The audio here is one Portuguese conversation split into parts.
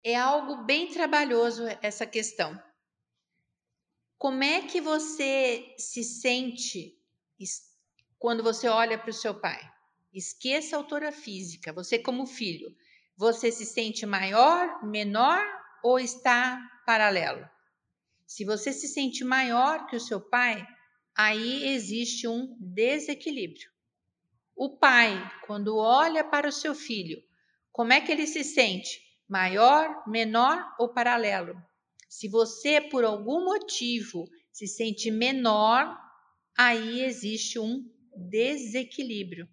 É algo bem trabalhoso essa questão. Como é que você se sente quando você olha para o seu pai? Esqueça a altura física, você como filho, você se sente maior, menor ou está paralelo? Se você se sente maior que o seu pai, aí existe um desequilíbrio. O pai, quando olha para o seu filho, como é que ele se sente? Maior, menor ou paralelo? Se você, por algum motivo, se sente menor, aí existe um desequilíbrio.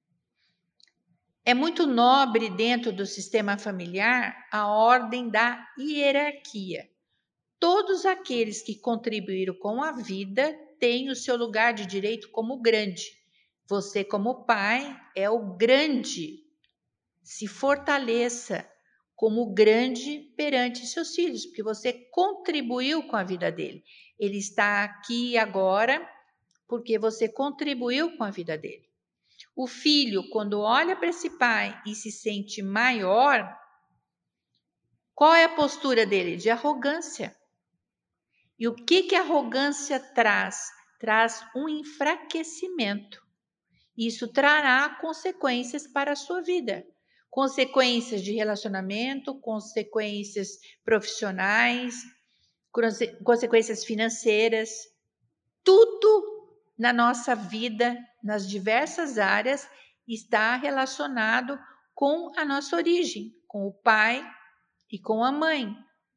É muito nobre dentro do sistema familiar a ordem da hierarquia. Todos aqueles que contribuíram com a vida têm o seu lugar de direito como grande. Você, como pai, é o grande. Se fortaleça como grande perante seus filhos, porque você contribuiu com a vida dele. Ele está aqui agora porque você contribuiu com a vida dele. O filho, quando olha para esse pai e se sente maior, qual é a postura dele? De arrogância. E o que a arrogância traz? Traz um enfraquecimento. Isso trará consequências para a sua vida. Consequências de relacionamento, consequências profissionais, consequências financeiras. Tudo na nossa vida, nas diversas áreas, está relacionado com a nossa origem, com o pai e com a mãe.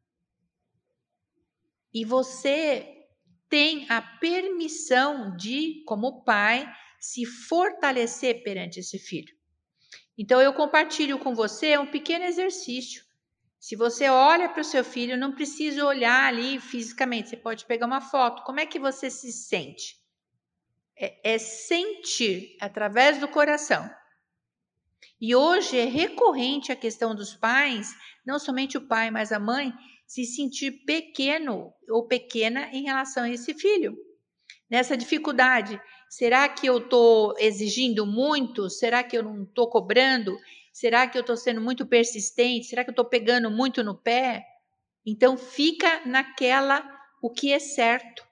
E você tem a permissão de, como pai, se fortalecer perante esse filho. Então, eu compartilho com você um pequeno exercício. Se você olha para o seu filho, não precisa olhar ali fisicamente, você pode pegar uma foto. Como é que você se sente? É sentir através do coração. E hoje é recorrente a questão dos pais, não somente o pai, mas a mãe, se sentir pequeno ou pequena em relação a esse filho. Nessa dificuldade, será que eu estou exigindo muito? Será que eu não estou cobrando? Será que eu estou sendo muito persistente? Será que eu estou pegando muito no pé? Então fica naquela o que é certo.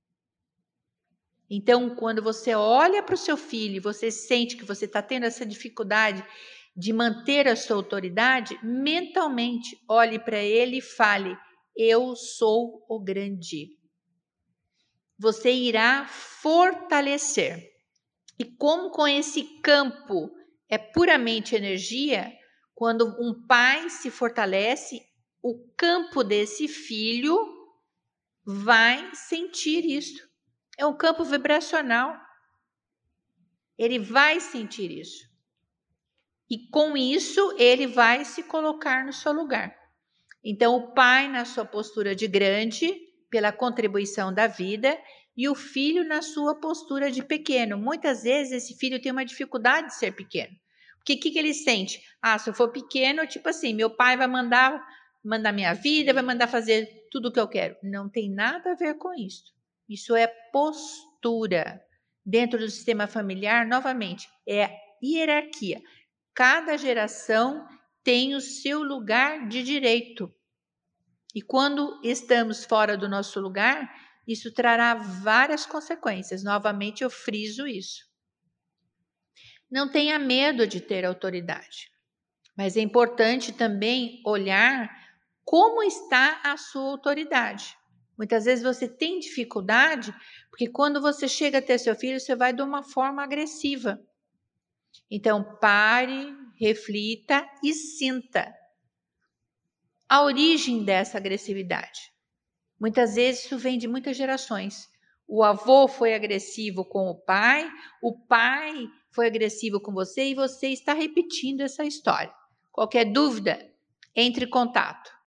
Então, quando você olha para o seu filho, você sente que você está tendo essa dificuldade de manter a sua autoridade, mentalmente olhe para ele e fale: eu sou o grande. Você irá fortalecer. E como com esse campo é puramente energia, quando um pai se fortalece, o campo desse filho vai sentir isso. É um campo vibracional. Ele vai sentir isso. E com isso, ele vai se colocar no seu lugar. Então, o pai na sua postura de grande, pela contribuição da vida, e o filho na sua postura de pequeno. Muitas vezes, esse filho tem uma dificuldade de ser pequeno. Porque o que ele sente? Ah, se eu for pequeno, tipo assim, meu pai vai mandar minha vida, vai mandar fazer tudo o que eu quero. Não tem nada a ver com isso. Isso é postura. Dentro do sistema familiar, novamente, é hierarquia. Cada geração tem o seu lugar de direito. E quando estamos fora do nosso lugar, isso trará várias consequências. Novamente, eu friso isso. Não tenha medo de ter autoridade, mas é importante também olhar como está a sua autoridade. Muitas vezes você tem dificuldade, porque quando você chega a ter seu filho, você vai de uma forma agressiva. Então, pare, reflita e sinta a origem dessa agressividade. Muitas vezes isso vem de muitas gerações. O avô foi agressivo com o pai foi agressivo com você e você está repetindo essa história. Qualquer dúvida, entre em contato.